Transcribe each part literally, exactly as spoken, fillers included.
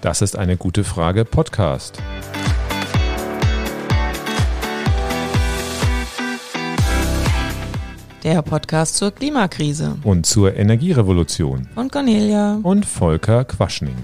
Das ist eine gute Frage Podcast. Der Podcast zur Klimakrise. Und zur Energierevolution. Von Cornelia. Und Volker Quaschning.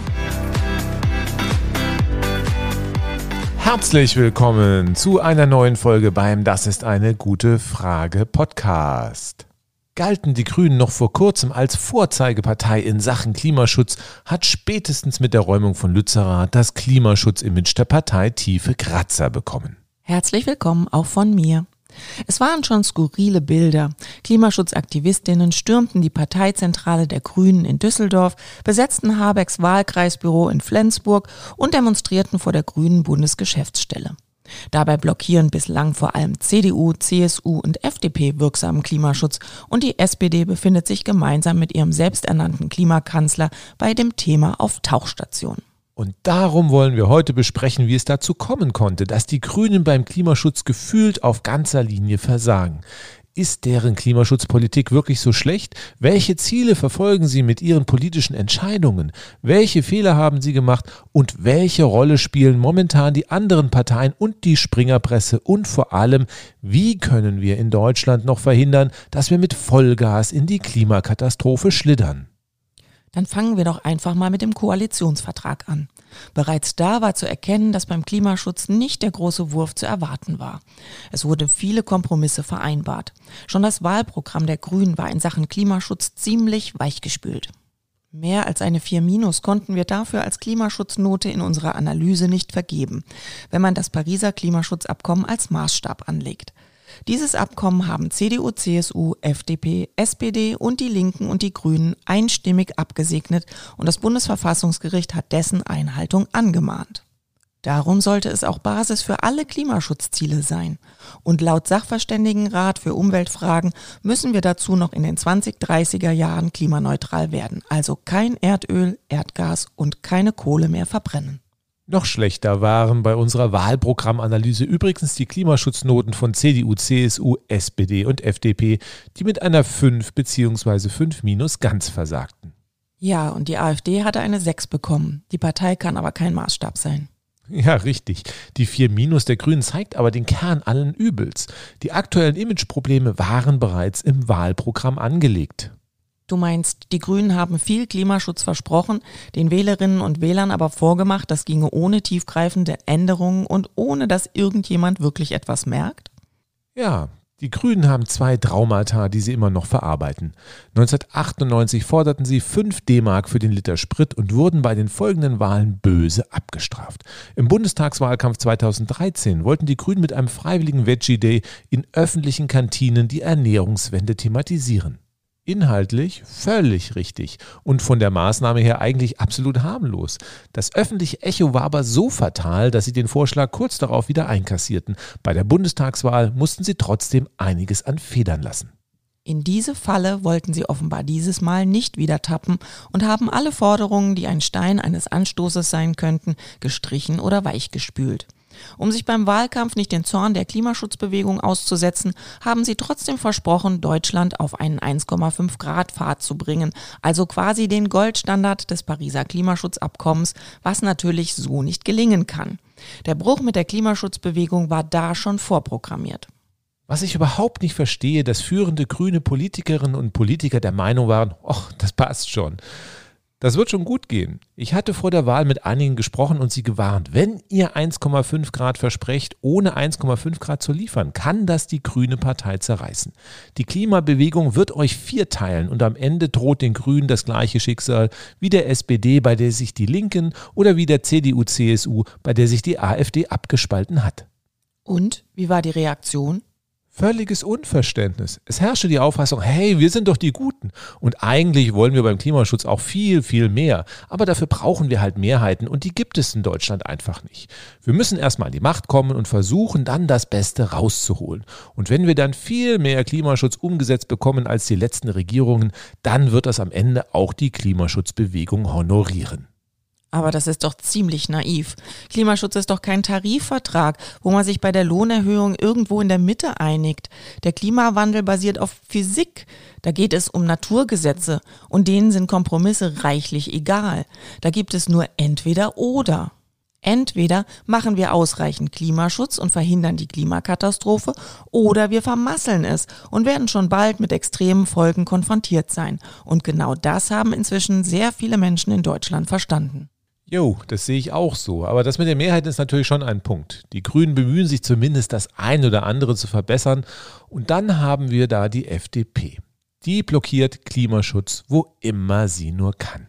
Herzlich willkommen zu einer neuen Folge beim Das ist eine gute Frage Podcast. Galten die Grünen noch vor kurzem als Vorzeigepartei in Sachen Klimaschutz, hat spätestens mit der Räumung von Lützerath das Klimaschutz-Image der Partei tiefe Kratzer bekommen. Herzlich willkommen auch von mir. Es waren schon skurrile Bilder. Klimaschutzaktivistinnen stürmten die Parteizentrale der Grünen in Düsseldorf, besetzten Habecks Wahlkreisbüro in Flensburg und demonstrierten vor der Grünen Bundesgeschäftsstelle. Dabei blockieren bislang vor allem C D U, C S U und F D P wirksamen Klimaschutz und die S P D befindet sich gemeinsam mit ihrem selbsternannten Klimakanzler bei dem Thema auf Tauchstation. Und darum wollen wir heute besprechen, wie es dazu kommen konnte, dass die Grünen beim Klimaschutz gefühlt auf ganzer Linie versagen. Ist deren Klimaschutzpolitik wirklich so schlecht? Welche Ziele verfolgen sie mit ihren politischen Entscheidungen? Welche Fehler haben sie gemacht? Und welche Rolle spielen momentan die anderen Parteien und die Springerpresse? Und vor allem, wie können wir in Deutschland noch verhindern, dass wir mit Vollgas in die Klimakatastrophe schlittern? Dann fangen wir doch einfach mal mit dem Koalitionsvertrag an. Bereits da war zu erkennen, dass beim Klimaschutz nicht der große Wurf zu erwarten war. Es wurden viele Kompromisse vereinbart. Schon das Wahlprogramm der Grünen war in Sachen Klimaschutz ziemlich weichgespült. Mehr als eine vier Minus konnten wir dafür als Klimaschutznote in unserer Analyse nicht vergeben, wenn man das Pariser Klimaschutzabkommen als Maßstab anlegt. Dieses Abkommen haben C D U, C S U, F D P, S P D und die Linken und die Grünen einstimmig abgesegnet und das Bundesverfassungsgericht hat dessen Einhaltung angemahnt. Darum sollte es auch Basis für alle Klimaschutzziele sein. Und laut Sachverständigenrat für Umweltfragen müssen wir dazu noch in den zwanzig dreißiger Jahren klimaneutral werden, also kein Erdöl, Erdgas und keine Kohle mehr verbrennen. Noch schlechter waren bei unserer Wahlprogrammanalyse übrigens die Klimaschutznoten von C D U, C S U, S P D und F D P, die mit einer fünf bzw. fünf minus ganz versagten. Ja, und die AfD hatte eine sechs bekommen. Die Partei kann aber kein Maßstab sein. Ja, richtig. Die vier minus der Grünen zeigt aber den Kern allen Übels. Die aktuellen Imageprobleme waren bereits im Wahlprogramm angelegt. Du meinst, die Grünen haben viel Klimaschutz versprochen, den Wählerinnen und Wählern aber vorgemacht, das ginge ohne tiefgreifende Änderungen und ohne, dass irgendjemand wirklich etwas merkt? Ja, die Grünen haben zwei Traumata, die sie immer noch verarbeiten. neunzehnhundertachtundneunzig forderten sie fünf D-Mark für den Liter Sprit und wurden bei den folgenden Wahlen böse abgestraft. Im Bundestagswahlkampf zweitausenddreizehn wollten die Grünen mit einem freiwilligen Veggie Day in öffentlichen Kantinen die Ernährungswende thematisieren. Inhaltlich völlig richtig und von der Maßnahme her eigentlich absolut harmlos. Das öffentliche Echo war aber so fatal, dass sie den Vorschlag kurz darauf wieder einkassierten. Bei der Bundestagswahl mussten sie trotzdem einiges an Federn lassen. In diese Falle wollten sie offenbar dieses Mal nicht wieder tappen und haben alle Forderungen, die ein Stein eines Anstoßes sein könnten, gestrichen oder weichgespült. Um sich beim Wahlkampf nicht den Zorn der Klimaschutzbewegung auszusetzen, haben sie trotzdem versprochen, Deutschland auf einen eins Komma fünf Grad Pfad zu bringen, also quasi den Goldstandard des Pariser Klimaschutzabkommens, was natürlich so nicht gelingen kann. Der Bruch mit der Klimaschutzbewegung war da schon vorprogrammiert. Was ich überhaupt nicht verstehe, dass führende grüne Politikerinnen und Politiker der Meinung waren, ach, das passt schon. Das wird schon gut gehen. Ich hatte vor der Wahl mit einigen gesprochen und sie gewarnt, wenn ihr eins Komma fünf Grad versprecht, ohne eins Komma fünf Grad zu liefern, kann das die Grüne Partei zerreißen. Die Klimabewegung wird euch vierteilen und am Ende droht den Grünen das gleiche Schicksal wie der S P D, bei der sich die Linken, oder wie der C D U, C S U, bei der sich die AfD abgespalten hat. Und wie war die Reaktion? Völliges Unverständnis. Es herrschte die Auffassung, hey, wir sind doch die Guten. Und eigentlich wollen wir beim Klimaschutz auch viel, viel mehr. Aber dafür brauchen wir halt Mehrheiten und die gibt es in Deutschland einfach nicht. Wir müssen erstmal an die Macht kommen und versuchen dann das Beste rauszuholen. Und wenn wir dann viel mehr Klimaschutz umgesetzt bekommen als die letzten Regierungen, dann wird das am Ende auch die Klimaschutzbewegung honorieren. Aber das ist doch ziemlich naiv. Klimaschutz ist doch kein Tarifvertrag, wo man sich bei der Lohnerhöhung irgendwo in der Mitte einigt. Der Klimawandel basiert auf Physik. Da geht es um Naturgesetze und denen sind Kompromisse reichlich egal. Da gibt es nur entweder oder. Entweder machen wir ausreichend Klimaschutz und verhindern die Klimakatastrophe oder wir vermasseln es und werden schon bald mit extremen Folgen konfrontiert sein. Und genau das haben inzwischen sehr viele Menschen in Deutschland verstanden. Jo, das sehe ich auch so. Aber das mit der Mehrheit ist natürlich schon ein Punkt. Die Grünen bemühen sich zumindest, das ein oder andere zu verbessern. Und dann haben wir da die F D P. Die blockiert Klimaschutz, wo immer sie nur kann.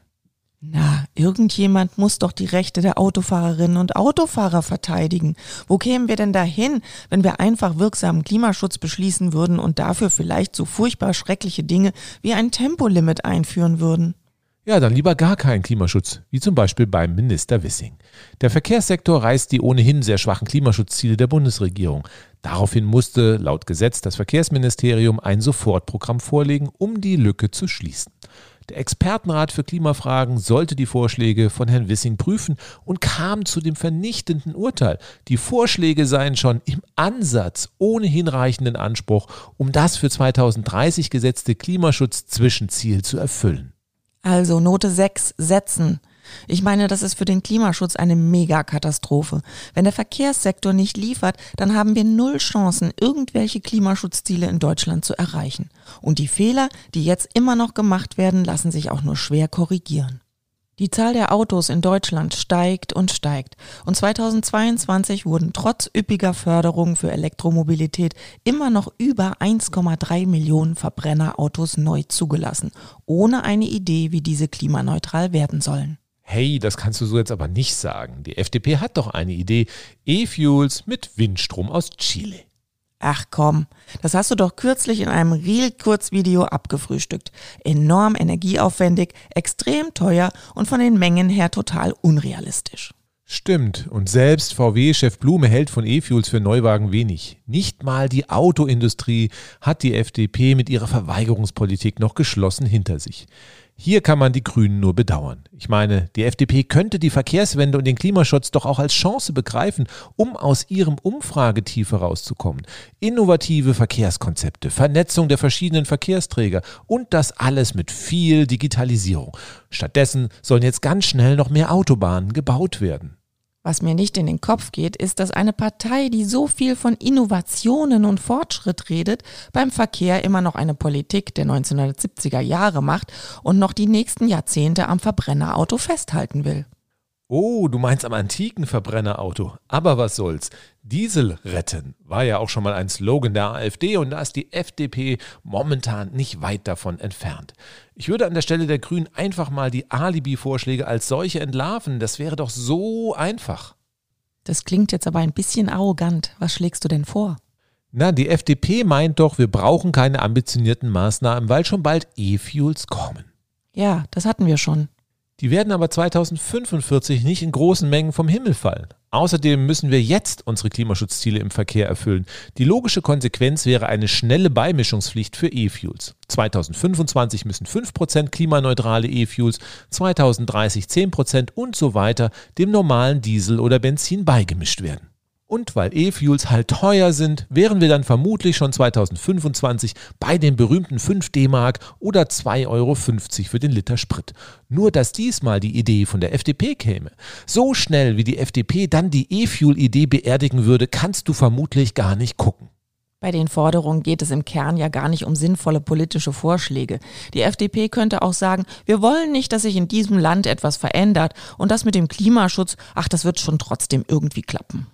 Na, irgendjemand muss doch die Rechte der Autofahrerinnen und Autofahrer verteidigen. Wo kämen wir denn dahin, wenn wir einfach wirksamen Klimaschutz beschließen würden und dafür vielleicht so furchtbar schreckliche Dinge wie ein Tempolimit einführen würden? Ja, dann lieber gar keinen Klimaschutz, wie zum Beispiel beim Minister Wissing. Der Verkehrssektor reißt die ohnehin sehr schwachen Klimaschutzziele der Bundesregierung. Daraufhin musste laut Gesetz das Verkehrsministerium ein Sofortprogramm vorlegen, um die Lücke zu schließen. Der Expertenrat für Klimafragen sollte die Vorschläge von Herrn Wissing prüfen und kam zu dem vernichtenden Urteil. Die Vorschläge seien schon im Ansatz ohne hinreichenden Anspruch, um das für zweitausenddreißig gesetzte Klimaschutz-Zwischenziel zu erfüllen. Also Note sechs setzen. Ich meine, das ist für den Klimaschutz eine Megakatastrophe. Wenn der Verkehrssektor nicht liefert, dann haben wir null Chancen, irgendwelche Klimaschutzziele in Deutschland zu erreichen. Und die Fehler, die jetzt immer noch gemacht werden, lassen sich auch nur schwer korrigieren. Die Zahl der Autos in Deutschland steigt und steigt. Und zweitausendzweiundzwanzig wurden trotz üppiger Förderung für Elektromobilität immer noch über eins Komma drei Millionen Verbrennerautos neu zugelassen, ohne eine Idee, wie diese klimaneutral werden sollen. Hey, das kannst du so jetzt aber nicht sagen. Die F D P hat doch eine Idee. E-Fuels mit Windstrom aus Chile. Ach komm, das hast du doch kürzlich in einem Reel-Kurzvideo abgefrühstückt. Enorm energieaufwendig, extrem teuer und von den Mengen her total unrealistisch. Stimmt, und selbst V W-Chef Blume hält von E-Fuels für Neuwagen wenig. Nicht mal die Autoindustrie hat die F D P mit ihrer Verweigerungspolitik noch geschlossen hinter sich. Hier kann man die Grünen nur bedauern. Ich meine, die F D P könnte die Verkehrswende und den Klimaschutz doch auch als Chance begreifen, um aus ihrem Umfragetief herauszukommen. Innovative Verkehrskonzepte, Vernetzung der verschiedenen Verkehrsträger und das alles mit viel Digitalisierung. Stattdessen sollen jetzt ganz schnell noch mehr Autobahnen gebaut werden. Was mir nicht in den Kopf geht, ist, dass eine Partei, die so viel von Innovationen und Fortschritt redet, beim Verkehr immer noch eine Politik der neunzehnhundertsiebziger Jahre macht und noch die nächsten Jahrzehnte am Verbrennerauto festhalten will. Oh, du meinst am antiken Verbrennerauto. Aber was soll's? Diesel retten war ja auch schon mal ein Slogan der AfD und da ist die F D P momentan nicht weit davon entfernt. Ich würde an der Stelle der Grünen einfach mal die Alibi-Vorschläge als solche entlarven. Das wäre doch so einfach. Das klingt jetzt aber ein bisschen arrogant. Was schlägst du denn vor? Na, die F D P meint doch, wir brauchen keine ambitionierten Maßnahmen, weil schon bald E-Fuels kommen. Ja, das hatten wir schon. Die werden aber zweitausendfünfundvierzig nicht in großen Mengen vom Himmel fallen. Außerdem müssen wir jetzt unsere Klimaschutzziele im Verkehr erfüllen. Die logische Konsequenz wäre eine schnelle Beimischungspflicht für E-Fuels. zweitausendfünfundzwanzig müssen fünf Prozent klimaneutrale E-Fuels, zweitausenddreißig zehn Prozent und so weiter dem normalen Diesel oder Benzin beigemischt werden. Und weil E-Fuels halt teuer sind, wären wir dann vermutlich schon zweitausendfünfundzwanzig bei den berühmten fünf D-Mark oder zwei Euro fünfzig für den Liter Sprit. Nur dass diesmal die Idee von der F D P käme. So schnell wie die F D P dann die E-Fuel-Idee beerdigen würde, kannst du vermutlich gar nicht gucken. Bei den Forderungen geht es im Kern ja gar nicht um sinnvolle politische Vorschläge. Die F D P könnte auch sagen, wir wollen nicht, dass sich in diesem Land etwas verändert und das mit dem Klimaschutz, ach, das wird schon trotzdem irgendwie klappen.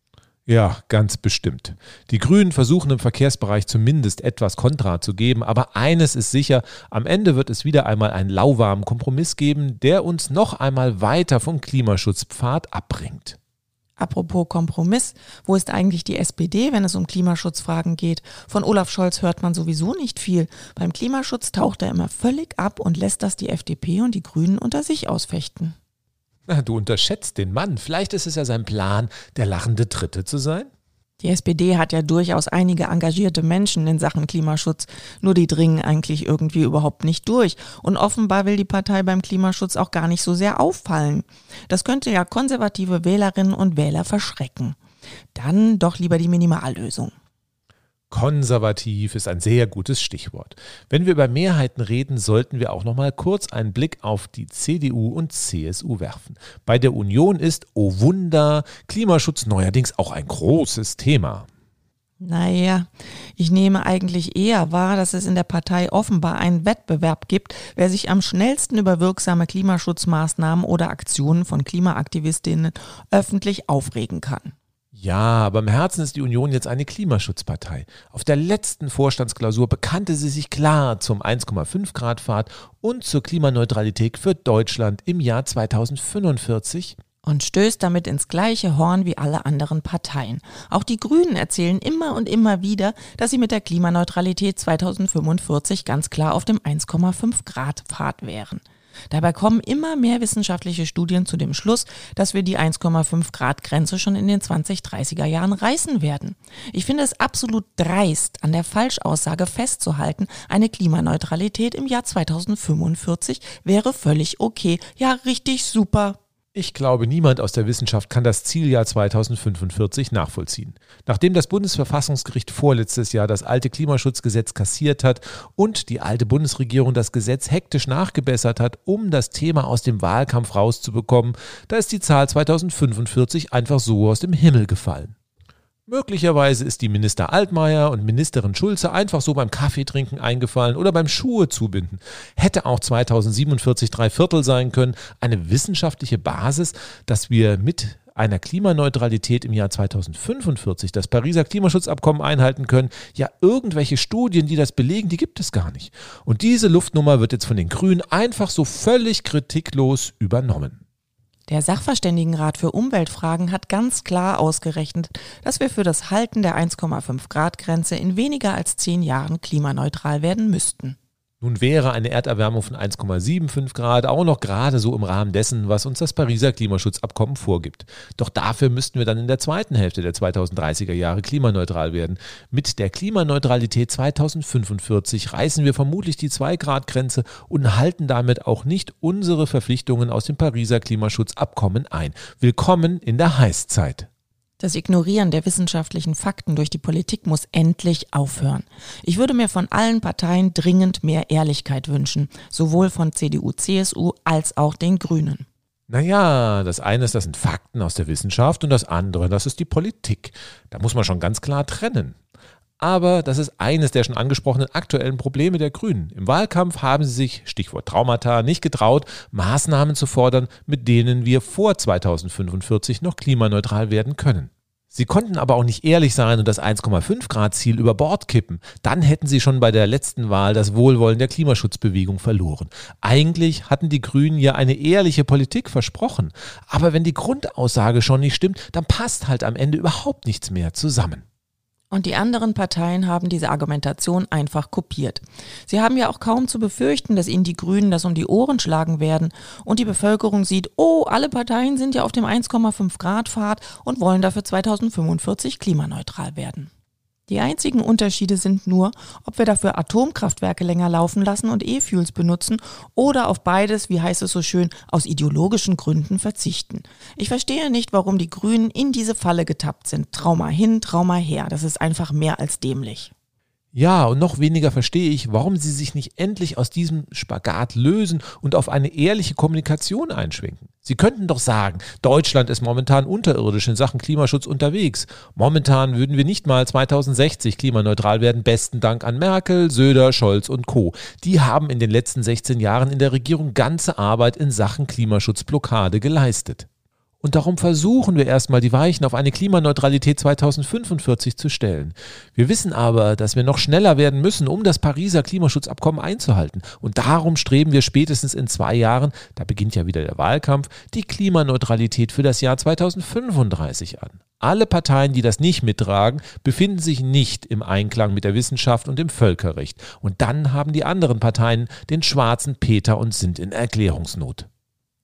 Ja, ganz bestimmt. Die Grünen versuchen im Verkehrsbereich zumindest etwas Kontra zu geben, aber eines ist sicher, am Ende wird es wieder einmal einen lauwarmen Kompromiss geben, der uns noch einmal weiter vom Klimaschutzpfad abbringt. Apropos Kompromiss, wo ist eigentlich die S P D, wenn es um Klimaschutzfragen geht? Von Olaf Scholz hört man sowieso nicht viel. Beim Klimaschutz taucht er immer völlig ab und lässt das die F D P und die Grünen unter sich ausfechten. Na, du unterschätzt den Mann. Vielleicht ist es ja sein Plan, der lachende Dritte zu sein? Die S P D hat ja durchaus einige engagierte Menschen in Sachen Klimaschutz, nur die dringen eigentlich irgendwie überhaupt nicht durch. Und offenbar will die Partei beim Klimaschutz auch gar nicht so sehr auffallen. Das könnte ja konservative Wählerinnen und Wähler verschrecken. Dann doch lieber die Minimallösung. Konservativ ist ein sehr gutes Stichwort. Wenn wir über Mehrheiten reden, sollten wir auch noch mal kurz einen Blick auf die C D U und C S U werfen. Bei der Union ist, oh Wunder, Klimaschutz neuerdings auch ein großes Thema. Naja, ich nehme eigentlich eher wahr, dass es in der Partei offenbar einen Wettbewerb gibt, wer sich am schnellsten über wirksame Klimaschutzmaßnahmen oder Aktionen von Klimaaktivistinnen öffentlich aufregen kann. Ja, aber im Herzen ist die Union jetzt eine Klimaschutzpartei. Auf der letzten Vorstandsklausur bekannte sie sich klar zum eins Komma fünf Grad Pfad und zur Klimaneutralität für Deutschland im Jahr zweitausendfünfundvierzig. Und stößt damit ins gleiche Horn wie alle anderen Parteien. Auch die Grünen erzählen immer und immer wieder, dass sie mit der Klimaneutralität zweitausendfünfundvierzig ganz klar auf dem eins Komma fünf Grad Pfad wären. Dabei kommen immer mehr wissenschaftliche Studien zu dem Schluss, dass wir die eins Komma fünf Grad Grenze schon in den zwanzig-dreißiger Jahren reißen werden. Ich finde es absolut dreist, an der Falschaussage festzuhalten, eine Klimaneutralität im Jahr zweitausendfünfundvierzig wäre völlig okay. Ja, richtig super. Ich glaube, niemand aus der Wissenschaft kann das Zieljahr zweitausendfünfundvierzig nachvollziehen. Nachdem das Bundesverfassungsgericht vorletztes Jahr das alte Klimaschutzgesetz kassiert hat und die alte Bundesregierung das Gesetz hektisch nachgebessert hat, um das Thema aus dem Wahlkampf rauszubekommen, da ist die Zahl zweitausendfünfundvierzig einfach so aus dem Himmel gefallen. Möglicherweise ist die Minister Altmaier und Ministerin Schulze einfach so beim Kaffeetrinken eingefallen oder beim Schuhe zubinden. Hätte auch zweitausendsiebenundvierzig drei Viertel sein können. Eine wissenschaftliche Basis, dass wir mit einer Klimaneutralität im Jahr zweitausendfünfundvierzig das Pariser Klimaschutzabkommen einhalten können. Ja, irgendwelche Studien, die das belegen, die gibt es gar nicht. Und diese Luftnummer wird jetzt von den Grünen einfach so völlig kritiklos übernommen. Der Sachverständigenrat für Umweltfragen hat ganz klar ausgerechnet, dass wir für das Halten der eins Komma fünf Grad Grenze in weniger als zehn Jahren klimaneutral werden müssten. Nun wäre eine Erderwärmung von eins Komma fünfundsiebzig Grad auch noch gerade so im Rahmen dessen, was uns das Pariser Klimaschutzabkommen vorgibt. Doch dafür müssten wir dann in der zweiten Hälfte der zweitausenddreißiger Jahre klimaneutral werden. Mit der Klimaneutralität zweitausendfünfundvierzig reißen wir vermutlich die zwei Grad Grenze und halten damit auch nicht unsere Verpflichtungen aus dem Pariser Klimaschutzabkommen ein. Willkommen in der Heißzeit. Das Ignorieren der wissenschaftlichen Fakten durch die Politik muss endlich aufhören. Ich würde mir von allen Parteien dringend mehr Ehrlichkeit wünschen, sowohl von C D U, C S U als auch den Grünen. Naja, das eine ist, das sind Fakten aus der Wissenschaft und das andere, das ist die Politik. Da muss man schon ganz klar trennen. Aber das ist eines der schon angesprochenen aktuellen Probleme der Grünen. Im Wahlkampf haben sie sich, Stichwort Traumata, nicht getraut, Maßnahmen zu fordern, mit denen wir vor zweitausendfünfundvierzig noch klimaneutral werden können. Sie konnten aber auch nicht ehrlich sein und das eins Komma fünf Grad Ziel über Bord kippen. Dann hätten sie schon bei der letzten Wahl das Wohlwollen der Klimaschutzbewegung verloren. Eigentlich hatten die Grünen ja eine ehrliche Politik versprochen. Aber wenn die Grundaussage schon nicht stimmt, dann passt halt am Ende überhaupt nichts mehr zusammen. Und die anderen Parteien haben diese Argumentation einfach kopiert. Sie haben ja auch kaum zu befürchten, dass ihnen die Grünen das um die Ohren schlagen werden und die Bevölkerung sieht, oh, alle Parteien sind ja auf dem eins Komma fünf Grad Pfad und wollen dafür zweitausendfünfundvierzig klimaneutral werden. Die einzigen Unterschiede sind nur, ob wir dafür Atomkraftwerke länger laufen lassen und E-Fuels benutzen oder auf beides, wie heißt es so schön, aus ideologischen Gründen verzichten. Ich verstehe nicht, warum die Grünen in diese Falle getappt sind. Trauma hin, Trauma her. Das ist einfach mehr als dämlich. Ja, und noch weniger verstehe ich, warum sie sich nicht endlich aus diesem Spagat lösen und auf eine ehrliche Kommunikation einschwenken. Sie könnten doch sagen, Deutschland ist momentan unterirdisch in Sachen Klimaschutz unterwegs. Momentan würden wir nicht mal zweitausendsechzig klimaneutral werden, besten Dank an Merkel, Söder, Scholz und Co. Die haben in den letzten sechzehn Jahren in der Regierung ganze Arbeit in Sachen Klimaschutzblockade geleistet. Und darum versuchen wir erstmal die Weichen auf eine Klimaneutralität zweitausendfünfundvierzig zu stellen. Wir wissen aber, dass wir noch schneller werden müssen, um das Pariser Klimaschutzabkommen einzuhalten. Und darum streben wir spätestens in zwei Jahren, da beginnt ja wieder der Wahlkampf, die Klimaneutralität für das Jahr zweitausendfünfunddreißig an. Alle Parteien, die das nicht mittragen, befinden sich nicht im Einklang mit der Wissenschaft und dem Völkerrecht. Und dann haben die anderen Parteien den schwarzen Peter und sind in Erklärungsnot.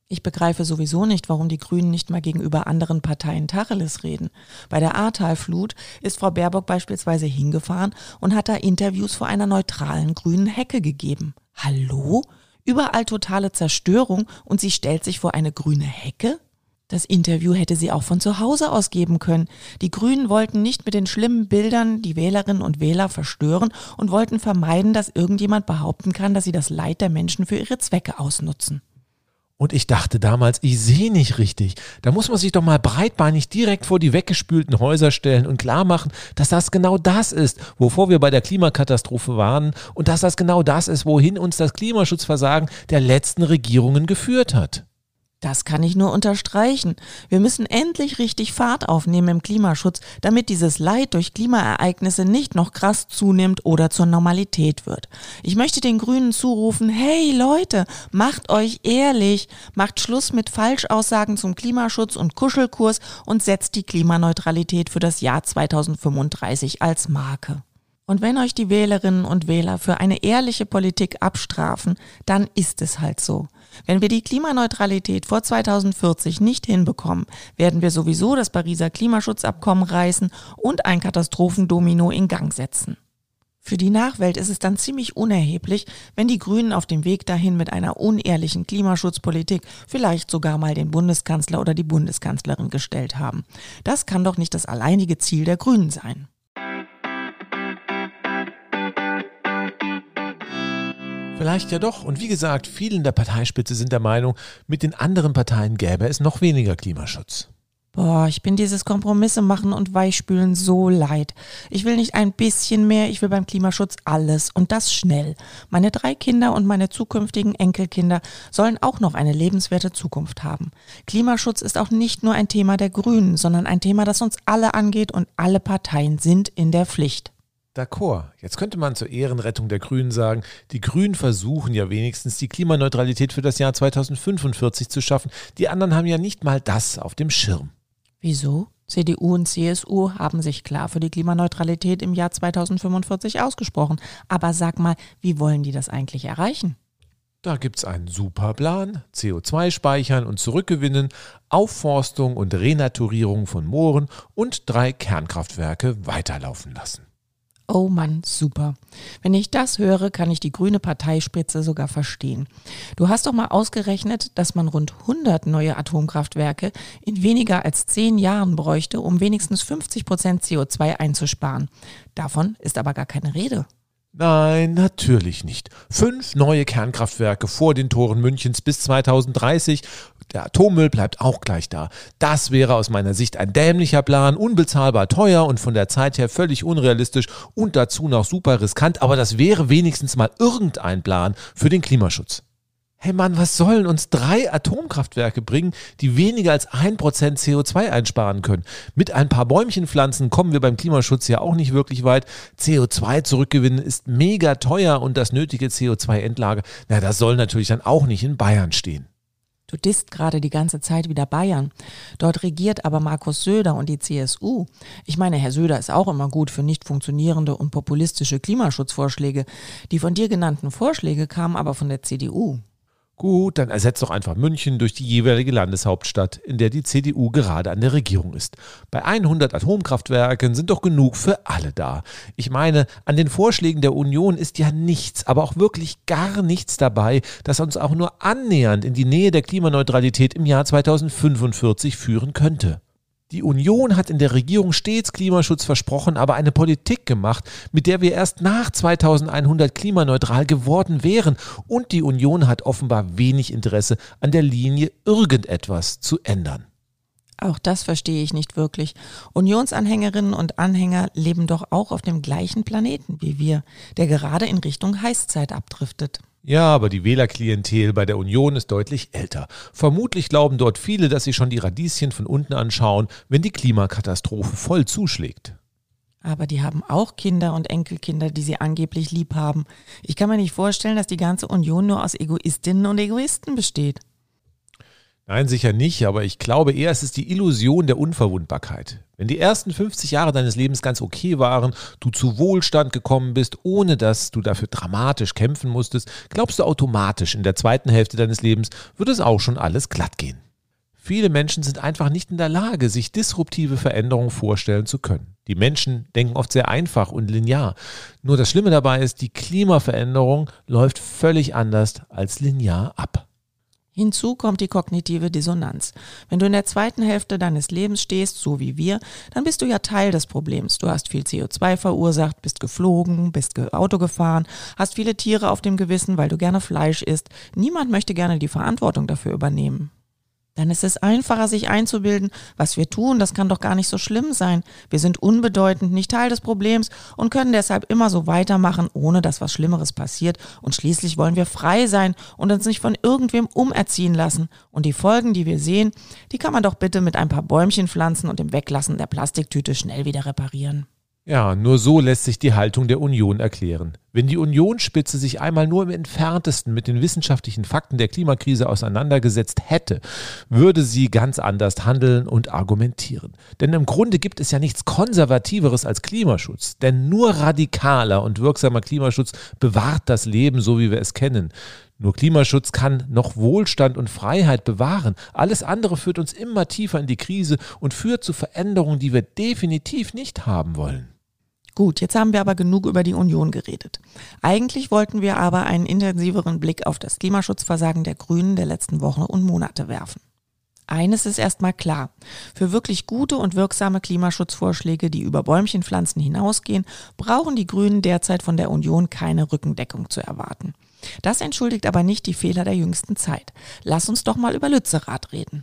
Ich begreife sowieso nicht, warum die Grünen nicht mal gegenüber anderen Parteien Tacheles reden. Bei der Ahrtal-Flut ist Frau Baerbock beispielsweise hingefahren und hat da Interviews vor einer neutralen grünen Hecke gegeben. Hallo? Überall totale Zerstörung und sie stellt sich vor eine grüne Hecke? Das Interview hätte sie auch von zu Hause aus geben können. Die Grünen wollten nicht mit den schlimmen Bildern die Wählerinnen und Wähler verstören und wollten vermeiden, dass irgendjemand behaupten kann, dass sie das Leid der Menschen für ihre Zwecke ausnutzen. Und ich dachte damals, ich sehe nicht richtig. Da muss man sich doch mal breitbeinig direkt vor die weggespülten Häuser stellen und klar machen, dass das genau das ist, wovor wir bei der Klimakatastrophe warnen und dass das genau das ist, wohin uns das Klimaschutzversagen der letzten Regierungen geführt hat. Das kann ich nur unterstreichen. Wir müssen endlich richtig Fahrt aufnehmen im Klimaschutz, damit dieses Leid durch Klimaereignisse nicht noch krass zunimmt oder zur Normalität wird. Ich möchte den Grünen zurufen, hey Leute, macht euch ehrlich, macht Schluss mit Falschaussagen zum Klimaschutz und Kuschelkurs und setzt die Klimaneutralität für das Jahr zweitausendfünfunddreißig als Marke. Und wenn euch die Wählerinnen und Wähler für eine ehrliche Politik abstrafen, dann ist es halt so. Wenn wir die Klimaneutralität vor zweitausendvierzig nicht hinbekommen, werden wir sowieso das Pariser Klimaschutzabkommen reißen und ein Katastrophendomino in Gang setzen. Für die Nachwelt ist es dann ziemlich unerheblich, wenn die Grünen auf dem Weg dahin mit einer unehrlichen Klimaschutzpolitik vielleicht sogar mal den Bundeskanzler oder die Bundeskanzlerin gestellt haben. Das kann doch nicht das alleinige Ziel der Grünen sein. Vielleicht ja doch. Und wie gesagt, viele in der Parteispitze sind der Meinung, mit den anderen Parteien gäbe es noch weniger Klimaschutz. Boah, ich bin dieses Kompromisse machen und Weichspülen so leid. Ich will nicht ein bisschen mehr, ich will beim Klimaschutz alles und das schnell. Meine drei Kinder und meine zukünftigen Enkelkinder sollen auch noch eine lebenswerte Zukunft haben. Klimaschutz ist auch nicht nur ein Thema der Grünen, sondern ein Thema, das uns alle angeht und alle Parteien sind in der Pflicht. D'accord. Jetzt könnte man zur Ehrenrettung der Grünen sagen, die Grünen versuchen ja wenigstens die Klimaneutralität für das Jahr zweitausendfünfundvierzig zu schaffen. Die anderen haben ja nicht mal das auf dem Schirm. Wieso? C D U und C S U haben sich klar für die Klimaneutralität im Jahr zweitausendfünfundvierzig ausgesprochen. Aber sag mal, wie wollen die das eigentlich erreichen? Da gibt's einen super Plan, C O zwei speichern und zurückgewinnen, Aufforstung und Renaturierung von Mooren und drei Kernkraftwerke weiterlaufen lassen. Oh Mann, super. Wenn ich das höre, kann ich die grüne Parteispitze sogar verstehen. Du hast doch mal ausgerechnet, dass man rund hundert neue Atomkraftwerke in weniger als zehn Jahren bräuchte, um wenigstens fünfzig Prozent C O zwei einzusparen. Davon ist aber gar keine Rede. Nein, natürlich nicht. Fünf neue Kernkraftwerke vor den Toren Münchens bis zweitausenddreißig. Der Atommüll bleibt auch gleich da. Das wäre aus meiner Sicht ein dämlicher Plan, unbezahlbar teuer und von der Zeit her völlig unrealistisch und dazu noch super riskant. Aber das wäre wenigstens mal irgendein Plan für den Klimaschutz. Hey Mann, was sollen uns drei Atomkraftwerke bringen, die weniger als ein Prozent C O zwei einsparen können? Mit ein paar Bäumchen pflanzen kommen wir beim Klimaschutz ja auch nicht wirklich weit. C O zwei zurückgewinnen ist mega teuer und das nötige C O zwei Endlager, na, das soll natürlich dann auch nicht in Bayern stehen. Du disst gerade die ganze Zeit wieder Bayern. Dort regiert aber Markus Söder und die C S U. Ich meine, Herr Söder ist auch immer gut für nicht funktionierende und populistische Klimaschutzvorschläge. Die von dir genannten Vorschläge kamen aber von der C D U. Gut, dann ersetzt doch einfach München durch die jeweilige Landeshauptstadt, in der die C D U gerade an der Regierung ist. Bei hundert Atomkraftwerken sind doch genug für alle da. Ich meine, an den Vorschlägen der Union ist ja nichts, aber auch wirklich gar nichts dabei, das uns auch nur annähernd in die Nähe der Klimaneutralität im Jahr zweitausendfünfundvierzig führen könnte. Die Union hat in der Regierung stets Klimaschutz versprochen, aber eine Politik gemacht, mit der wir erst nach zweitausendeinhundert klimaneutral geworden wären. Und die Union hat offenbar wenig Interesse an der Linie, irgendetwas zu ändern. Auch das verstehe ich nicht wirklich. Unionsanhängerinnen und Anhänger leben doch auch auf dem gleichen Planeten wie wir, der gerade in Richtung Heißzeit abdriftet. Ja, aber die Wählerklientel bei der Union ist deutlich älter. Vermutlich glauben dort viele, dass sie schon die Radieschen von unten anschauen, wenn die Klimakatastrophe voll zuschlägt. Aber die haben auch Kinder und Enkelkinder, die sie angeblich lieb haben. Ich kann mir nicht vorstellen, dass die ganze Union nur aus Egoistinnen und Egoisten besteht. Nein, sicher nicht, aber ich glaube eher, es ist die Illusion der Unverwundbarkeit. Wenn die ersten fünfzig Jahre deines Lebens ganz okay waren, du zu Wohlstand gekommen bist, ohne dass du dafür dramatisch kämpfen musstest, glaubst du automatisch, in der zweiten Hälfte deines Lebens wird es auch schon alles glatt gehen. Viele Menschen sind einfach nicht in der Lage, sich disruptive Veränderungen vorstellen zu können. Die Menschen denken oft sehr einfach und linear. Nur das Schlimme dabei ist, die Klimaveränderung läuft völlig anders als linear ab. Hinzu kommt die kognitive Dissonanz. Wenn du in der zweiten Hälfte deines Lebens stehst, so wie wir, dann bist du ja Teil des Problems. Du hast viel C O zwei verursacht, bist geflogen, bist Auto gefahren, hast viele Tiere auf dem Gewissen, weil du gerne Fleisch isst. Niemand möchte gerne die Verantwortung dafür übernehmen. Dann ist es einfacher, sich einzubilden, was wir tun, das kann doch gar nicht so schlimm sein. Wir sind unbedeutend, nicht Teil des Problems und können deshalb immer so weitermachen, ohne dass was Schlimmeres passiert. Und schließlich wollen wir frei sein und uns nicht von irgendwem umerziehen lassen. Und die Folgen, die wir sehen, die kann man doch bitte mit ein paar Bäumchen pflanzen und dem Weglassen der Plastiktüte schnell wieder reparieren. Ja, nur so lässt sich die Haltung der Union erklären. Wenn die Unionsspitze sich einmal nur im Entferntesten mit den wissenschaftlichen Fakten der Klimakrise auseinandergesetzt hätte, würde sie ganz anders handeln und argumentieren. Denn im Grunde gibt es ja nichts Konservativeres als Klimaschutz. Denn nur radikaler und wirksamer Klimaschutz bewahrt das Leben, so wie wir es kennen. Nur Klimaschutz kann noch Wohlstand und Freiheit bewahren. Alles andere führt uns immer tiefer in die Krise und führt zu Veränderungen, die wir definitiv nicht haben wollen. Gut, jetzt haben wir aber genug über die Union geredet. Eigentlich wollten wir aber einen intensiveren Blick auf das Klimaschutzversagen der Grünen der letzten Wochen und Monate werfen. Eines ist erstmal klar. Für wirklich gute und wirksame Klimaschutzvorschläge, die über Bäumchenpflanzen hinausgehen, brauchen die Grünen derzeit von der Union keine Rückendeckung zu erwarten. Das entschuldigt aber nicht die Fehler der jüngsten Zeit. Lass uns doch mal über Lützerath reden.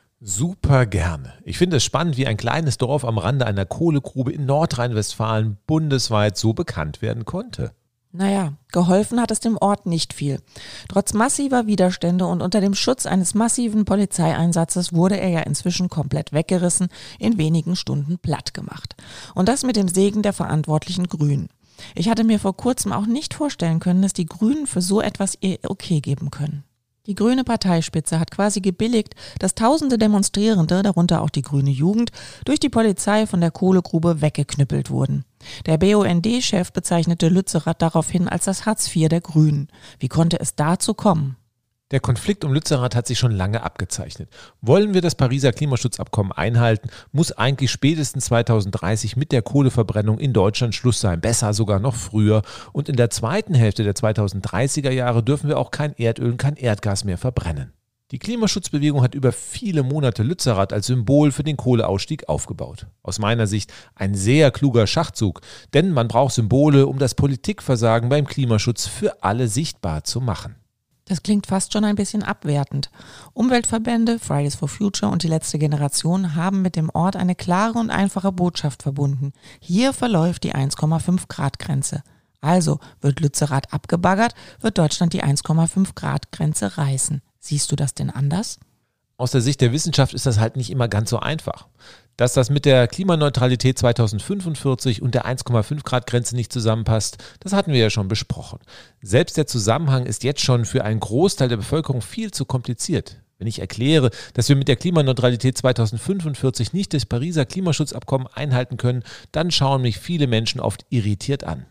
Super gerne. Ich finde es spannend, wie ein kleines Dorf am Rande einer Kohlegrube in Nordrhein-Westfalen bundesweit so bekannt werden konnte. Naja, geholfen hat es dem Ort nicht viel. Trotz massiver Widerstände und unter dem Schutz eines massiven Polizeieinsatzes wurde er ja inzwischen komplett weggerissen, in wenigen Stunden platt gemacht. Und das mit dem Segen der verantwortlichen Grünen. Ich hatte mir vor kurzem auch nicht vorstellen können, dass die Grünen für so etwas ihr Okay geben können. Die grüne Parteispitze hat quasi gebilligt, dass tausende Demonstrierende, darunter auch die grüne Jugend, durch die Polizei von der Kohlegrube weggeknüppelt wurden. Der B U N D-Chef bezeichnete Lützerath daraufhin als das Hartz vier der Grünen. Wie konnte es dazu kommen? Der Konflikt um Lützerath hat sich schon lange abgezeichnet. Wollen wir das Pariser Klimaschutzabkommen einhalten, muss eigentlich spätestens zweitausenddreißig mit der Kohleverbrennung in Deutschland Schluss sein, besser sogar noch früher. Und in der zweiten Hälfte der zweitausenddreißiger Jahre dürfen wir auch kein Erdöl und kein Erdgas mehr verbrennen. Die Klimaschutzbewegung hat über viele Monate Lützerath als Symbol für den Kohleausstieg aufgebaut. Aus meiner Sicht ein sehr kluger Schachzug, denn man braucht Symbole, um das Politikversagen beim Klimaschutz für alle sichtbar zu machen. Das klingt fast schon ein bisschen abwertend. Umweltverbände, Fridays for Future und die letzte Generation haben mit dem Ort eine klare und einfache Botschaft verbunden. Hier verläuft die eins Komma fünf Grad Grenze. Also wird Lützerath abgebaggert, wird Deutschland die eins Komma fünf Grad Grenze reißen. Siehst du das denn anders? Aus der Sicht der Wissenschaft ist das halt nicht immer ganz so einfach. Dass das mit der Klimaneutralität zweitausendfünfundvierzig und der eins Komma fünf Grad Grenze nicht zusammenpasst, das hatten wir ja schon besprochen. Selbst der Zusammenhang ist jetzt schon für einen Großteil der Bevölkerung viel zu kompliziert. Wenn ich erkläre, dass wir mit der Klimaneutralität zweitausendfünfundvierzig nicht das Pariser Klimaschutzabkommen einhalten können, dann schauen mich viele Menschen oft irritiert an.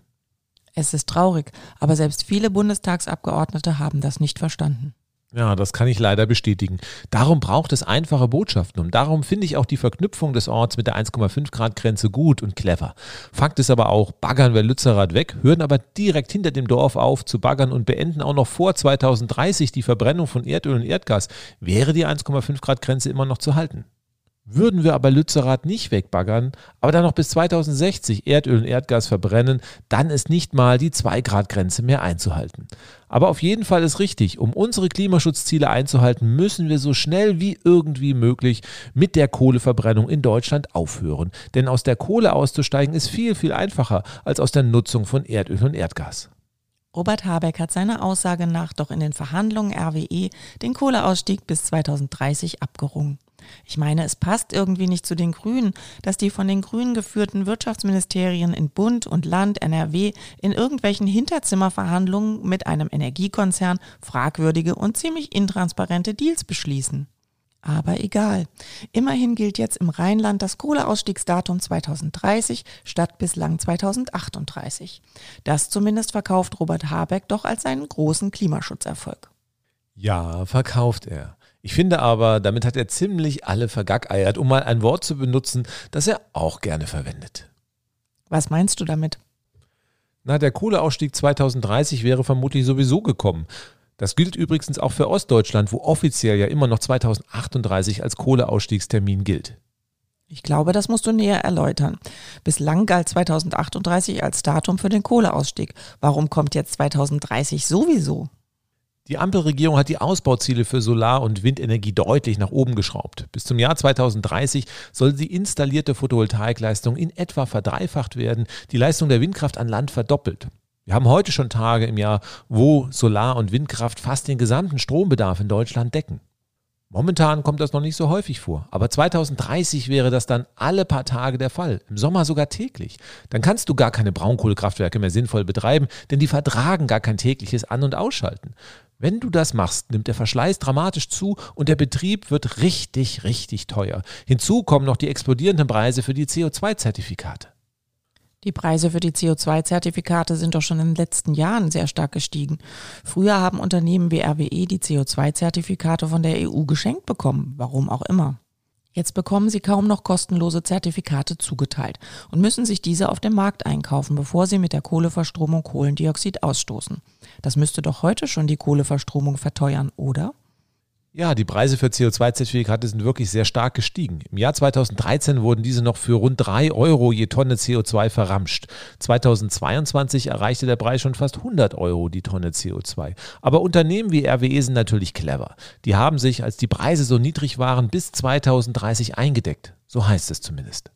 Es ist traurig, aber selbst viele Bundestagsabgeordnete haben das nicht verstanden. Ja, das kann ich leider bestätigen. Darum braucht es einfache Botschaften und darum finde ich auch die Verknüpfung des Orts mit der eins Komma fünf Grad Grenze gut und clever. Fakt ist aber auch, baggern wir Lützerath weg, hören aber direkt hinter dem Dorf auf zu baggern und beenden auch noch vor zweitausenddreißig die Verbrennung von Erdöl und Erdgas, wäre die eins Komma fünf Grad Grenze immer noch zu halten. Würden wir aber Lützerath nicht wegbaggern, aber dann noch bis zweitausendsechzig Erdöl und Erdgas verbrennen, dann ist nicht mal die zwei Grad Grenze mehr einzuhalten. Aber auf jeden Fall ist richtig, um unsere Klimaschutzziele einzuhalten, müssen wir so schnell wie irgendwie möglich mit der Kohleverbrennung in Deutschland aufhören. Denn aus der Kohle auszusteigen ist viel, viel einfacher als aus der Nutzung von Erdöl und Erdgas. Robert Habeck hat seiner Aussage nach doch in den Verhandlungen R W E den Kohleausstieg bis zweitausenddreißig abgerungen. Ich meine, es passt irgendwie nicht zu den Grünen, dass die von den Grünen geführten Wirtschaftsministerien in Bund und Land, N R W, in irgendwelchen Hinterzimmerverhandlungen mit einem Energiekonzern fragwürdige und ziemlich intransparente Deals beschließen. Aber egal. Immerhin gilt jetzt im Rheinland das Kohleausstiegsdatum zweitausenddreißig statt bislang zweitausendachtunddreißig. Das zumindest verkauft Robert Habeck doch als seinen großen Klimaschutzerfolg. Ja, verkauft er. Ich finde aber, damit hat er ziemlich alle vergackeiert, um mal ein Wort zu benutzen, das er auch gerne verwendet. Was meinst du damit? Na, der Kohleausstieg zweitausenddreißig wäre vermutlich sowieso gekommen. Das gilt übrigens auch für Ostdeutschland, wo offiziell ja immer noch zweitausendachtunddreißig als Kohleausstiegstermin gilt. Ich glaube, das musst du näher erläutern. Bislang galt zweitausendachtunddreißig als Datum für den Kohleausstieg. Warum kommt jetzt zweitausenddreißig sowieso? Die Ampelregierung hat die Ausbauziele für Solar- und Windenergie deutlich nach oben geschraubt. Bis zum Jahr zweitausenddreißig soll die installierte Photovoltaikleistung in etwa verdreifacht werden, die Leistung der Windkraft an Land verdoppelt. Wir haben heute schon Tage im Jahr, wo Solar- und Windkraft fast den gesamten Strombedarf in Deutschland decken. Momentan kommt das noch nicht so häufig vor, aber zweitausenddreißig wäre das dann alle paar Tage der Fall, im Sommer sogar täglich. Dann kannst du gar keine Braunkohlekraftwerke mehr sinnvoll betreiben, denn die vertragen gar kein tägliches An- und Ausschalten. Wenn du das machst, nimmt der Verschleiß dramatisch zu und der Betrieb wird richtig, richtig teuer. Hinzu kommen noch die explodierenden Preise für die C O zwei Zertifikate. Die Preise für die C O zwei Zertifikate sind doch schon in den letzten Jahren sehr stark gestiegen. Früher haben Unternehmen wie R W E die C O zwei Zertifikate von der E U geschenkt bekommen, warum auch immer. Jetzt bekommen sie kaum noch kostenlose Zertifikate zugeteilt und müssen sich diese auf dem Markt einkaufen, bevor sie mit der Kohleverstromung Kohlendioxid ausstoßen. Das müsste doch heute schon die Kohleverstromung verteuern, oder? Ja, die Preise für C O zwei Zertifikate sind wirklich sehr stark gestiegen. Im Jahr zweitausenddreizehn wurden diese noch für rund drei Euro je Tonne C O zwei verramscht. zweitausendzweiundzwanzig erreichte der Preis schon fast hundert Euro die Tonne C O zwei. Aber Unternehmen wie R W E sind natürlich clever. Die haben sich, als die Preise so niedrig waren, bis zweitausenddreißig eingedeckt. So heißt es zumindest.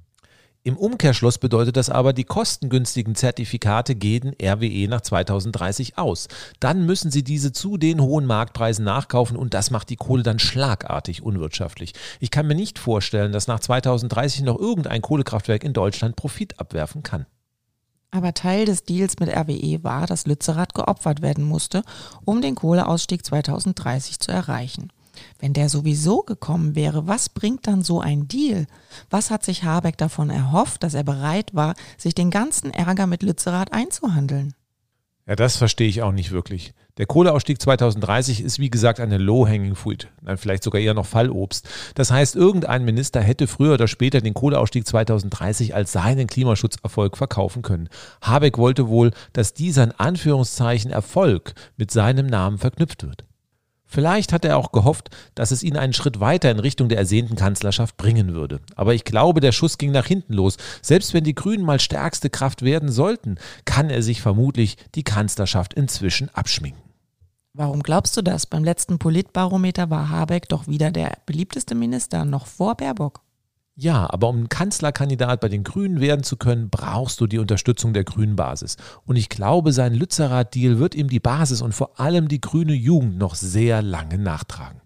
Im Umkehrschluss bedeutet das aber, die kostengünstigen Zertifikate gehen R W E nach zweitausenddreißig aus. Dann müssen sie diese zu den hohen Marktpreisen nachkaufen und das macht die Kohle dann schlagartig unwirtschaftlich. Ich kann mir nicht vorstellen, dass nach zweitausenddreißig noch irgendein Kohlekraftwerk in Deutschland Profit abwerfen kann. Aber Teil des Deals mit R W E war, dass Lützerath geopfert werden musste, um den Kohleausstieg zweitausenddreißig zu erreichen. Wenn der sowieso gekommen wäre, was bringt dann so ein Deal? Was hat sich Habeck davon erhofft, dass er bereit war, sich den ganzen Ärger mit Lützerath einzuhandeln? Ja, das verstehe ich auch nicht wirklich. Der Kohleausstieg zweitausenddreißig ist wie gesagt eine Low-Hanging Fruit, vielleicht sogar eher noch Fallobst. Das heißt, irgendein Minister hätte früher oder später den Kohleausstieg zweitausenddreißig als seinen Klimaschutzerfolg verkaufen können. Habeck wollte wohl, dass dieser in Anführungszeichen Erfolg mit seinem Namen verknüpft wird. Vielleicht hat er auch gehofft, dass es ihn einen Schritt weiter in Richtung der ersehnten Kanzlerschaft bringen würde. Aber ich glaube, der Schuss ging nach hinten los. Selbst wenn die Grünen mal stärkste Kraft werden sollten, kann er sich vermutlich die Kanzlerschaft inzwischen abschminken. Warum glaubst du das? Beim letzten Politbarometer war Habeck doch wieder der beliebteste Minister, noch vor Baerbock. Ja, aber um Kanzlerkandidat bei den Grünen werden zu können, brauchst du die Unterstützung der grünen Basis. Und ich glaube, sein Lützerath-Deal wird ihm die Basis und vor allem die grüne Jugend noch sehr lange nachtragen.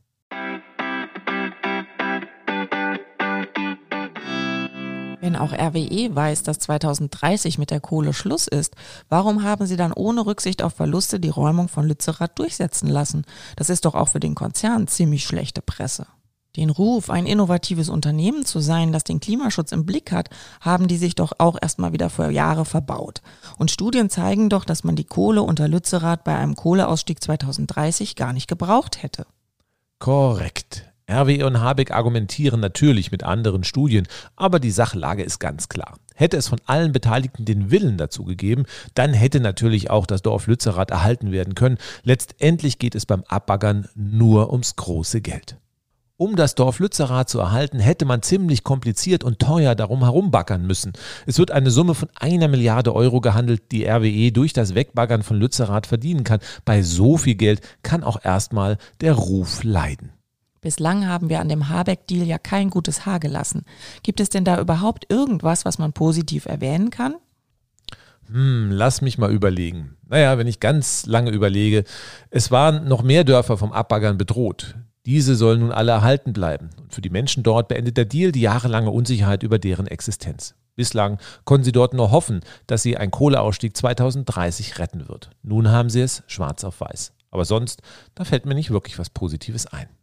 Wenn auch R W E weiß, dass zweitausenddreißig mit der Kohle Schluss ist, warum haben sie dann ohne Rücksicht auf Verluste die Räumung von Lützerath durchsetzen lassen? Das ist doch auch für den Konzern ziemlich schlechte Presse. Den Ruf, ein innovatives Unternehmen zu sein, das den Klimaschutz im Blick hat, haben die sich doch auch erstmal wieder vor Jahre verbaut. Und Studien zeigen doch, dass man die Kohle unter Lützerath bei einem Kohleausstieg zweitausenddreißig gar nicht gebraucht hätte. Korrekt. R W E und Habeck argumentieren natürlich mit anderen Studien, aber die Sachlage ist ganz klar. Hätte es von allen Beteiligten den Willen dazu gegeben, dann hätte natürlich auch das Dorf Lützerath erhalten werden können. Letztendlich geht es beim Abbaggern nur ums große Geld. Um das Dorf Lützerath zu erhalten, hätte man ziemlich kompliziert und teuer darum herumbaggern müssen. Es wird eine Summe von einer Milliarde Euro gehandelt, die R W E durch das Wegbaggern von Lützerath verdienen kann. Bei so viel Geld kann auch erstmal der Ruf leiden. Bislang haben wir an dem Habeck-Deal ja kein gutes Haar gelassen. Gibt es denn da überhaupt irgendwas, was man positiv erwähnen kann? Hm, lass mich mal überlegen. Naja, wenn ich ganz lange überlege, es waren noch mehr Dörfer vom Abbaggern bedroht. Diese sollen nun alle erhalten bleiben. Und für die Menschen dort beendet der Deal die jahrelange Unsicherheit über deren Existenz. Bislang konnten sie dort nur hoffen, dass sie einen Kohleausstieg zweitausenddreißig retten wird. Nun haben sie es schwarz auf weiß. Aber sonst, da fällt mir nicht wirklich was Positives ein.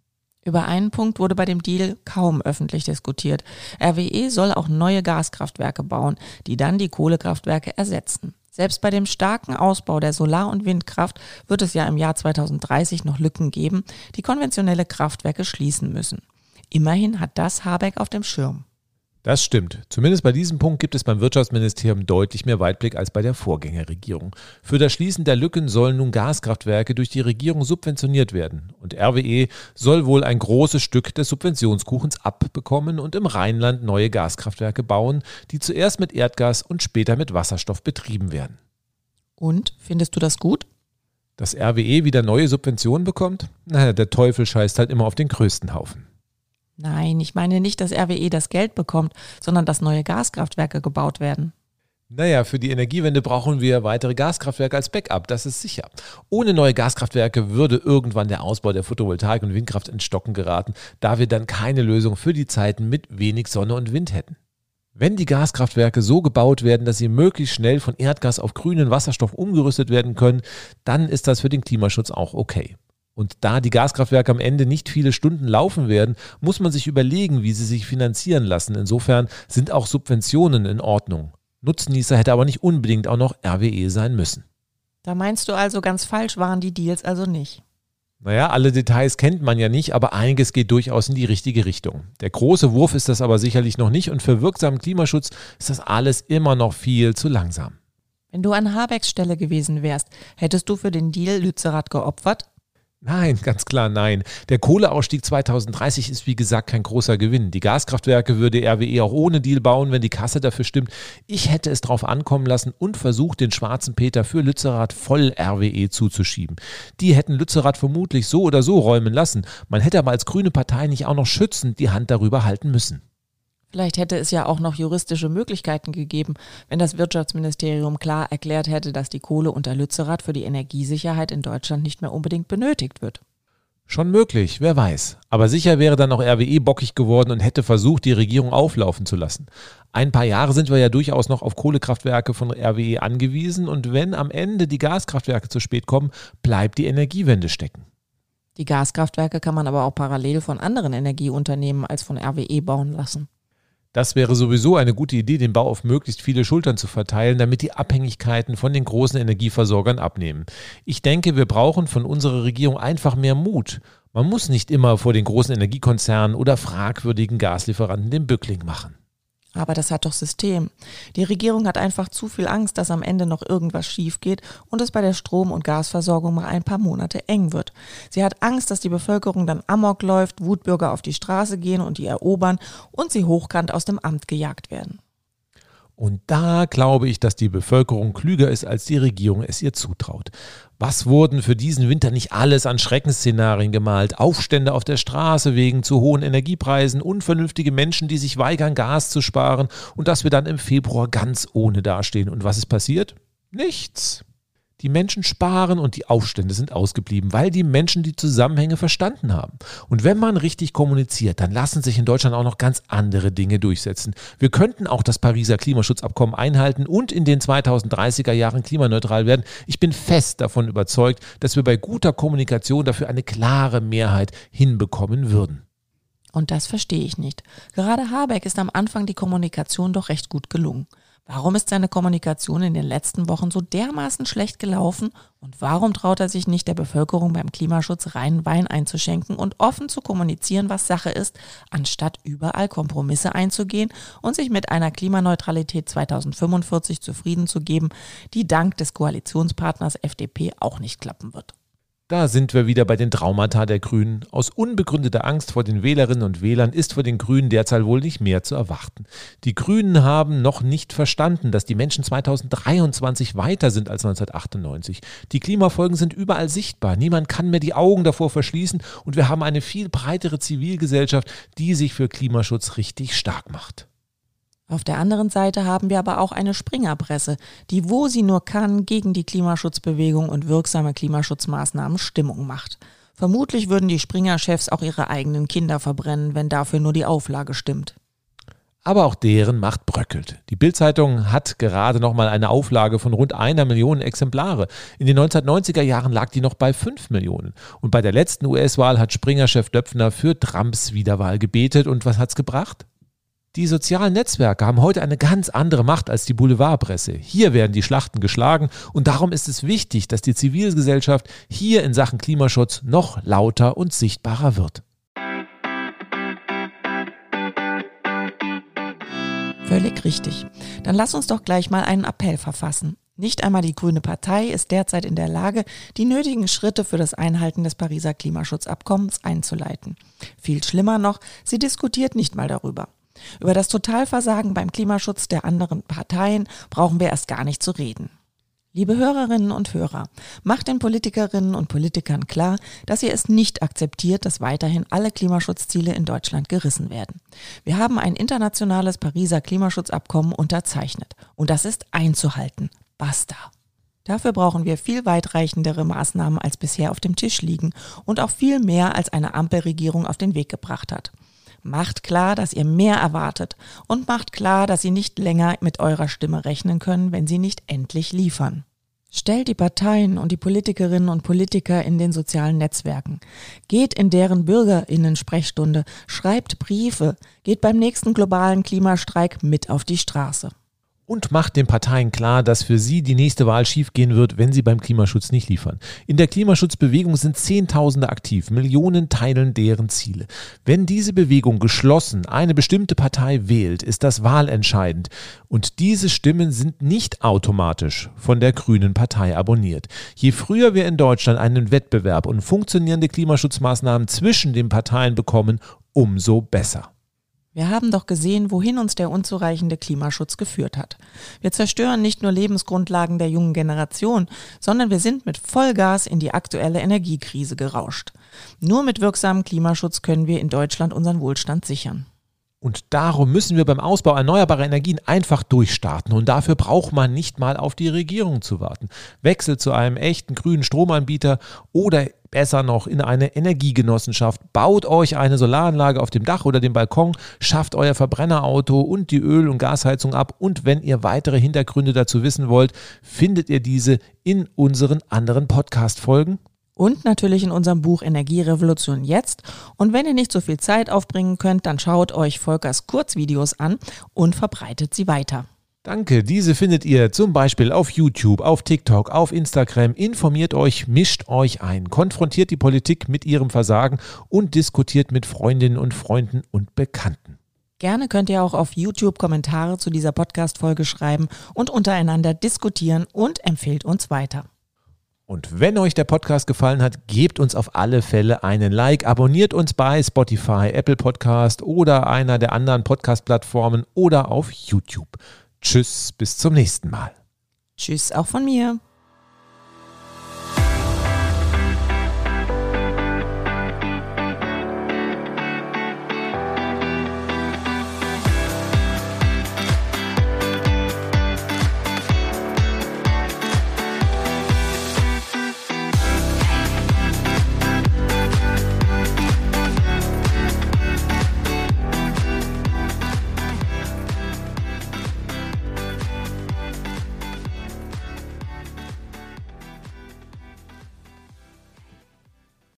Über einen Punkt wurde bei dem Deal kaum öffentlich diskutiert. R W E soll auch neue Gaskraftwerke bauen, die dann die Kohlekraftwerke ersetzen. Selbst bei dem starken Ausbau der Solar- und Windkraft wird es ja im Jahr zweitausenddreißig noch Lücken geben, die konventionelle Kraftwerke schließen müssen. Immerhin hat das Habeck auf dem Schirm. Das stimmt. Zumindest bei diesem Punkt gibt es beim Wirtschaftsministerium deutlich mehr Weitblick als bei der Vorgängerregierung. Für das Schließen der Lücken sollen nun Gaskraftwerke durch die Regierung subventioniert werden. Und R W E soll wohl ein großes Stück des Subventionskuchens abbekommen und im Rheinland neue Gaskraftwerke bauen, die zuerst mit Erdgas und später mit Wasserstoff betrieben werden. Und, findest du das gut? Dass R W E wieder neue Subventionen bekommt? Naja, der Teufel scheißt halt immer auf den größten Haufen. Nein, ich meine nicht, dass R W E das Geld bekommt, sondern dass neue Gaskraftwerke gebaut werden. Naja, für die Energiewende brauchen wir weitere Gaskraftwerke als Backup, das ist sicher. Ohne neue Gaskraftwerke würde irgendwann der Ausbau der Photovoltaik und Windkraft ins Stocken geraten, da wir dann keine Lösung für die Zeiten mit wenig Sonne und Wind hätten. Wenn die Gaskraftwerke so gebaut werden, dass sie möglichst schnell von Erdgas auf grünen Wasserstoff umgerüstet werden können, dann ist das für den Klimaschutz auch okay. Und da die Gaskraftwerke am Ende nicht viele Stunden laufen werden, muss man sich überlegen, wie sie sich finanzieren lassen. Insofern sind auch Subventionen in Ordnung. Nutznießer hätte aber nicht unbedingt auch noch R W E sein müssen. Da meinst du also, ganz falsch waren die Deals also nicht? Naja, alle Details kennt man ja nicht, aber einiges geht durchaus in die richtige Richtung. Der große Wurf ist das aber sicherlich noch nicht und für wirksamen Klimaschutz ist das alles immer noch viel zu langsam. Wenn du an Habecks Stelle gewesen wärst, hättest du für den Deal Lützerath geopfert? Nein, ganz klar nein. Der Kohleausstieg zweitausenddreißig ist wie gesagt kein großer Gewinn. Die Gaskraftwerke würde R W E auch ohne Deal bauen, wenn die Kasse dafür stimmt. Ich hätte es drauf ankommen lassen und versucht, den schwarzen Peter für Lützerath voll R W E zuzuschieben. Die hätten Lützerath vermutlich so oder so räumen lassen. Man hätte aber als grüne Partei nicht auch noch schützend die Hand darüber halten müssen. Vielleicht hätte es ja auch noch juristische Möglichkeiten gegeben, wenn das Wirtschaftsministerium klar erklärt hätte, dass die Kohle unter Lützerath für die Energiesicherheit in Deutschland nicht mehr unbedingt benötigt wird. Schon möglich, wer weiß. Aber sicher wäre dann auch R W E bockig geworden und hätte versucht, die Regierung auflaufen zu lassen. Ein paar Jahre sind wir ja durchaus noch auf Kohlekraftwerke von R W E angewiesen und wenn am Ende die Gaskraftwerke zu spät kommen, bleibt die Energiewende stecken. Die Gaskraftwerke kann man aber auch parallel von anderen Energieunternehmen als von R W E bauen lassen. Das wäre sowieso eine gute Idee, den Bau auf möglichst viele Schultern zu verteilen, damit die Abhängigkeiten von den großen Energieversorgern abnehmen. Ich denke, wir brauchen von unserer Regierung einfach mehr Mut. Man muss nicht immer vor den großen Energiekonzernen oder fragwürdigen Gaslieferanten den Bückling machen. Aber das hat doch System. Die Regierung hat einfach zu viel Angst, dass am Ende noch irgendwas schief geht und es bei der Strom- und Gasversorgung mal ein paar Monate eng wird. Sie hat Angst, dass die Bevölkerung dann amok läuft, Wutbürger auf die Straße gehen und die erobern und sie hochkant aus dem Amt gejagt werden. Und da glaube ich, dass die Bevölkerung klüger ist, als die Regierung es ihr zutraut. Was wurden für diesen Winter nicht alles an Schreckensszenarien gemalt? Aufstände auf der Straße wegen zu hohen Energiepreisen, unvernünftige Menschen, die sich weigern, Gas zu sparen und dass wir dann im Februar ganz ohne dastehen. Und was ist passiert? Nichts. Die Menschen sparen und die Aufstände sind ausgeblieben, weil die Menschen die Zusammenhänge verstanden haben. Und wenn man richtig kommuniziert, dann lassen sich in Deutschland auch noch ganz andere Dinge durchsetzen. Wir könnten auch das Pariser Klimaschutzabkommen einhalten und in den zweitausenddreißiger Jahren klimaneutral werden. Ich bin fest davon überzeugt, dass wir bei guter Kommunikation dafür eine klare Mehrheit hinbekommen würden. Und das verstehe ich nicht. Gerade Habeck ist am Anfang die Kommunikation doch recht gut gelungen. Warum ist seine Kommunikation in den letzten Wochen so dermaßen schlecht gelaufen und warum traut er sich nicht, der Bevölkerung beim Klimaschutz reinen Wein einzuschenken und offen zu kommunizieren, was Sache ist, anstatt überall Kompromisse einzugehen und sich mit einer Klimaneutralität zweitausendfünfundvierzig zufrieden zu geben, die dank des Koalitionspartners F D P auch nicht klappen wird? Da sind wir wieder bei den Traumata der Grünen. Aus unbegründeter Angst vor den Wählerinnen und Wählern ist vor den Grünen derzeit wohl nicht mehr zu erwarten. Die Grünen haben noch nicht verstanden, dass die Menschen zweitausenddreiundzwanzig weiter sind als neunzehnhundertachtundneunzig. Die Klimafolgen sind überall sichtbar. Niemand kann mehr die Augen davor verschließen und wir haben eine viel breitere Zivilgesellschaft, die sich für Klimaschutz richtig stark macht. Auf der anderen Seite haben wir aber auch eine Springerpresse, die, wo sie nur kann, gegen die Klimaschutzbewegung und wirksame Klimaschutzmaßnahmen Stimmung macht. Vermutlich würden die Springer-Chefs auch ihre eigenen Kinder verbrennen, wenn dafür nur die Auflage stimmt. Aber auch deren Macht bröckelt. Die Bild-Zeitung hat gerade noch mal eine Auflage von rund einer Million Exemplare. In den neunzehnhundertneunziger Jahren lag die noch bei fünf Millionen. Und bei der letzten U S-Wahl hat Springer-Chef Döpfner für Trumps Wiederwahl gebetet. Und was hat's gebracht? Die sozialen Netzwerke haben heute eine ganz andere Macht als die Boulevardpresse. Hier werden die Schlachten geschlagen und darum ist es wichtig, dass die Zivilgesellschaft hier in Sachen Klimaschutz noch lauter und sichtbarer wird. Völlig richtig. Dann lass uns doch gleich mal einen Appell verfassen. Nicht einmal die Grüne Partei ist derzeit in der Lage, die nötigen Schritte für das Einhalten des Pariser Klimaschutzabkommens einzuleiten. Viel schlimmer noch, sie diskutiert nicht mal darüber. Über das Totalversagen beim Klimaschutz der anderen Parteien brauchen wir erst gar nicht zu reden. Liebe Hörerinnen und Hörer, macht den Politikerinnen und Politikern klar, dass ihr es nicht akzeptiert, dass weiterhin alle Klimaschutzziele in Deutschland gerissen werden. Wir haben ein internationales Pariser Klimaschutzabkommen unterzeichnet und das ist einzuhalten. Basta. Dafür brauchen wir viel weitreichendere Maßnahmen, als bisher auf dem Tisch liegen und auch viel mehr, als eine Ampelregierung auf den Weg gebracht hat. Macht klar, dass ihr mehr erwartet und macht klar, dass sie nicht länger mit eurer Stimme rechnen können, wenn sie nicht endlich liefern. Stellt die Parteien und die Politikerinnen und Politiker in den sozialen Netzwerken. Geht in deren BürgerInnen-Sprechstunde, schreibt Briefe, geht beim nächsten globalen Klimastreik mit auf die Straße. Und macht den Parteien klar, dass für sie die nächste Wahl schiefgehen wird, wenn sie beim Klimaschutz nicht liefern. In der Klimaschutzbewegung sind Zehntausende aktiv, Millionen teilen deren Ziele. Wenn diese Bewegung geschlossen eine bestimmte Partei wählt, ist das wahlentscheidend. Und diese Stimmen sind nicht automatisch von der Grünen Partei abonniert. Je früher wir in Deutschland einen Wettbewerb und funktionierende Klimaschutzmaßnahmen zwischen den Parteien bekommen, umso besser. Wir haben doch gesehen, wohin uns der unzureichende Klimaschutz geführt hat. Wir zerstören nicht nur Lebensgrundlagen der jungen Generation, sondern wir sind mit Vollgas in die aktuelle Energiekrise gerauscht. Nur mit wirksamem Klimaschutz können wir in Deutschland unseren Wohlstand sichern. Und darum müssen wir beim Ausbau erneuerbarer Energien einfach durchstarten. Und dafür braucht man nicht mal auf die Regierung zu warten. Wechselt zu einem echten grünen Stromanbieter oder besser noch in eine Energiegenossenschaft. Baut euch eine Solaranlage auf dem Dach oder dem Balkon, schafft euer Verbrennerauto und die Öl- und Gasheizung ab. Und wenn ihr weitere Hintergründe dazu wissen wollt, findet ihr diese in unseren anderen Podcast-Folgen. Und natürlich in unserem Buch Energierevolution jetzt. Und wenn ihr nicht so viel Zeit aufbringen könnt, dann schaut euch Volkers Kurzvideos an und verbreitet sie weiter. Danke, diese findet ihr zum Beispiel auf YouTube, auf TikTok, auf Instagram. Informiert euch, mischt euch ein, konfrontiert die Politik mit ihrem Versagen und diskutiert mit Freundinnen und Freunden und Bekannten. Gerne könnt ihr auch auf YouTube Kommentare zu dieser Podcast-Folge schreiben und untereinander diskutieren und empfehlt uns weiter. Und wenn euch der Podcast gefallen hat, gebt uns auf alle Fälle einen Like, abonniert uns bei Spotify, Apple Podcast oder einer der anderen Podcast-Plattformen oder auf YouTube. Tschüss, bis zum nächsten Mal. Tschüss auch von mir.